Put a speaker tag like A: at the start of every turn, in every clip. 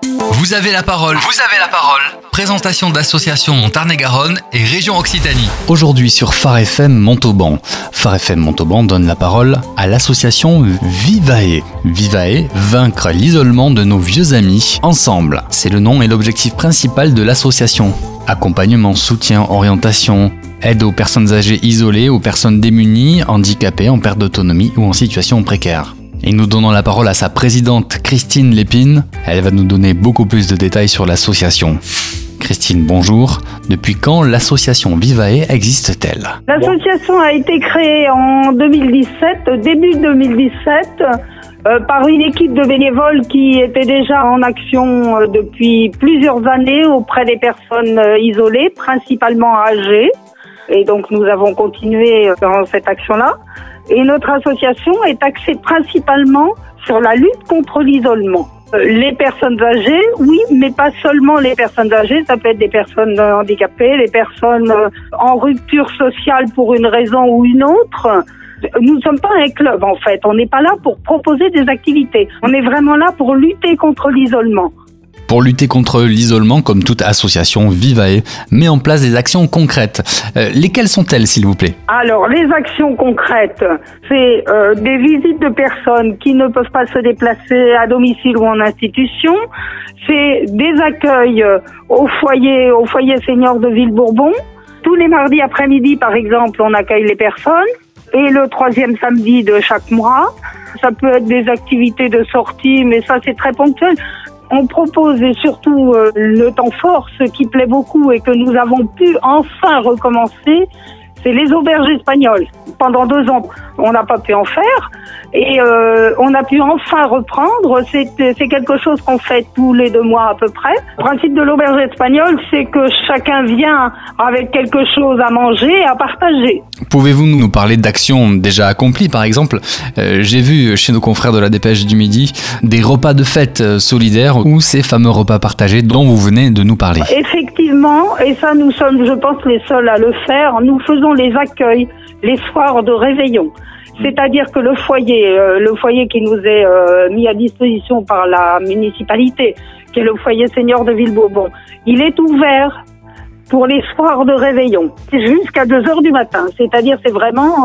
A: Vous avez la parole. Vous avez la parole. Présentation d'associations Montarné-Garonne et région Occitanie.
B: Aujourd'hui sur Phare FM Montauban. Phare FM Montauban donne la parole à l'association Vivae. Vivae, vaincre l'isolement de nos vieux amis ensemble. C'est le nom et l'objectif principal de l'association. Accompagnement, soutien, orientation, aide aux personnes âgées isolées, aux personnes démunies, handicapées, en perte d'autonomie ou en situation précaire. Et nous donnons la parole à sa présidente Christine Lépine. Elle va nous donner beaucoup plus de détails sur l'association. Christine, bonjour. Depuis quand l'association Vivae existe-t-elle ?
C: L'association a été créée en 2017, début 2017, par une équipe de bénévoles qui était déjà en action depuis plusieurs années auprès des personnes isolées, principalement âgées. Et donc nous avons continué dans cette action-là. Et notre association est axée principalement sur la lutte contre l'isolement. Les personnes âgées, oui, mais pas seulement les personnes âgées, ça peut être des personnes handicapées, les personnes en rupture sociale pour une raison ou une autre. Nous ne sommes pas un club en fait, on n'est pas là pour proposer des activités, on est vraiment là pour lutter contre l'isolement.
B: Pour lutter contre l'isolement, comme toute association, Vivae met en place des actions concrètes. Lesquelles sont-elles, s'il vous plaît ?
C: Alors, les actions concrètes, c'est des visites de personnes qui ne peuvent pas se déplacer à domicile ou en institution. C'est des accueils au foyer senior de Ville-Bourbon. Tous les mardis après-midi, par exemple, on accueille les personnes. Et le 3e samedi de chaque mois. Ça peut être des activités de sortie, mais ça, c'est très ponctuel. On propose et surtout le temps fort, ce qui plaît beaucoup et que nous avons pu enfin recommencer, c'est les auberges espagnoles. Pendant 2 ans, on n'a pas pu en faire et on a pu enfin reprendre. C'est quelque chose qu'on fait tous les 2 mois à peu près. Le principe de l'auberge espagnole, c'est que chacun vient avec quelque chose à manger et à partager.
B: Pouvez-vous nous parler d'actions déjà accomplies, par exemple ? J'ai vu chez nos confrères de la Dépêche du Midi des repas de fête solidaires ou ces fameux repas partagés dont vous venez de nous parler.
C: Effectivement, et ça nous sommes, je pense, les seuls à le faire, nous faisons les accueils les soirs de réveillon. C'est-à-dire que le foyer qui nous est mis à disposition par la municipalité, qui est le foyer senior de Ville-Bourbon, il est ouvert pour les soirs de réveillon, jusqu'à 2h du matin. C'est-à-dire, c'est vraiment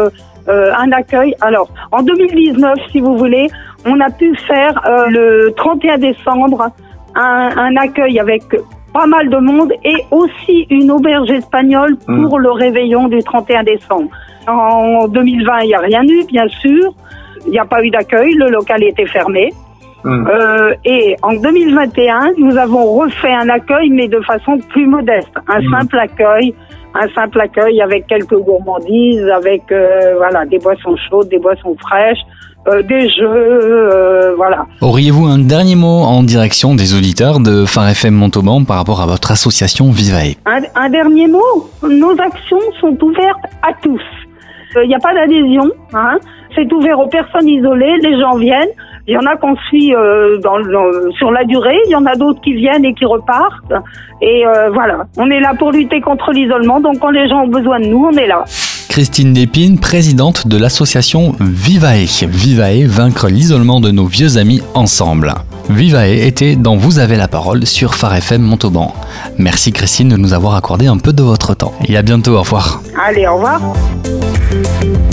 C: un accueil. Alors, en 2019, si vous voulez, on a pu faire le 31 décembre un accueil avec pas mal de monde et aussi une auberge espagnole pour le réveillon du 31 décembre. En 2020, il n'y a rien eu, bien sûr. Il n'y a pas eu d'accueil, le local était fermé. Et en 2021, nous avons refait un accueil, mais de façon plus modeste. Un simple accueil avec quelques gourmandises, avec des boissons chaudes, des boissons fraîches, des jeux, voilà.
B: Auriez-vous un dernier mot en direction des auditeurs de Phare FM Montauban par rapport à votre association Vivae ?
C: Un dernier mot, nos actions sont ouvertes à tous. Il n'y a pas d'adhésion, c'est ouvert aux personnes isolées, les gens viennent. Il y en a qu'on suit sur la durée, il y en a d'autres qui viennent et qui repartent. Et voilà, on est là pour lutter contre l'isolement, donc quand les gens ont besoin de nous, on est là.
B: Christine Lépine, présidente de l'association Vivae. Vivae, vaincre l'isolement de nos vieux amis ensemble. Vivae était dans Vous avez la parole sur Phare FM Montauban. Merci Christine de nous avoir accordé un peu de votre temps. Et à bientôt, au revoir.
C: Allez, au revoir.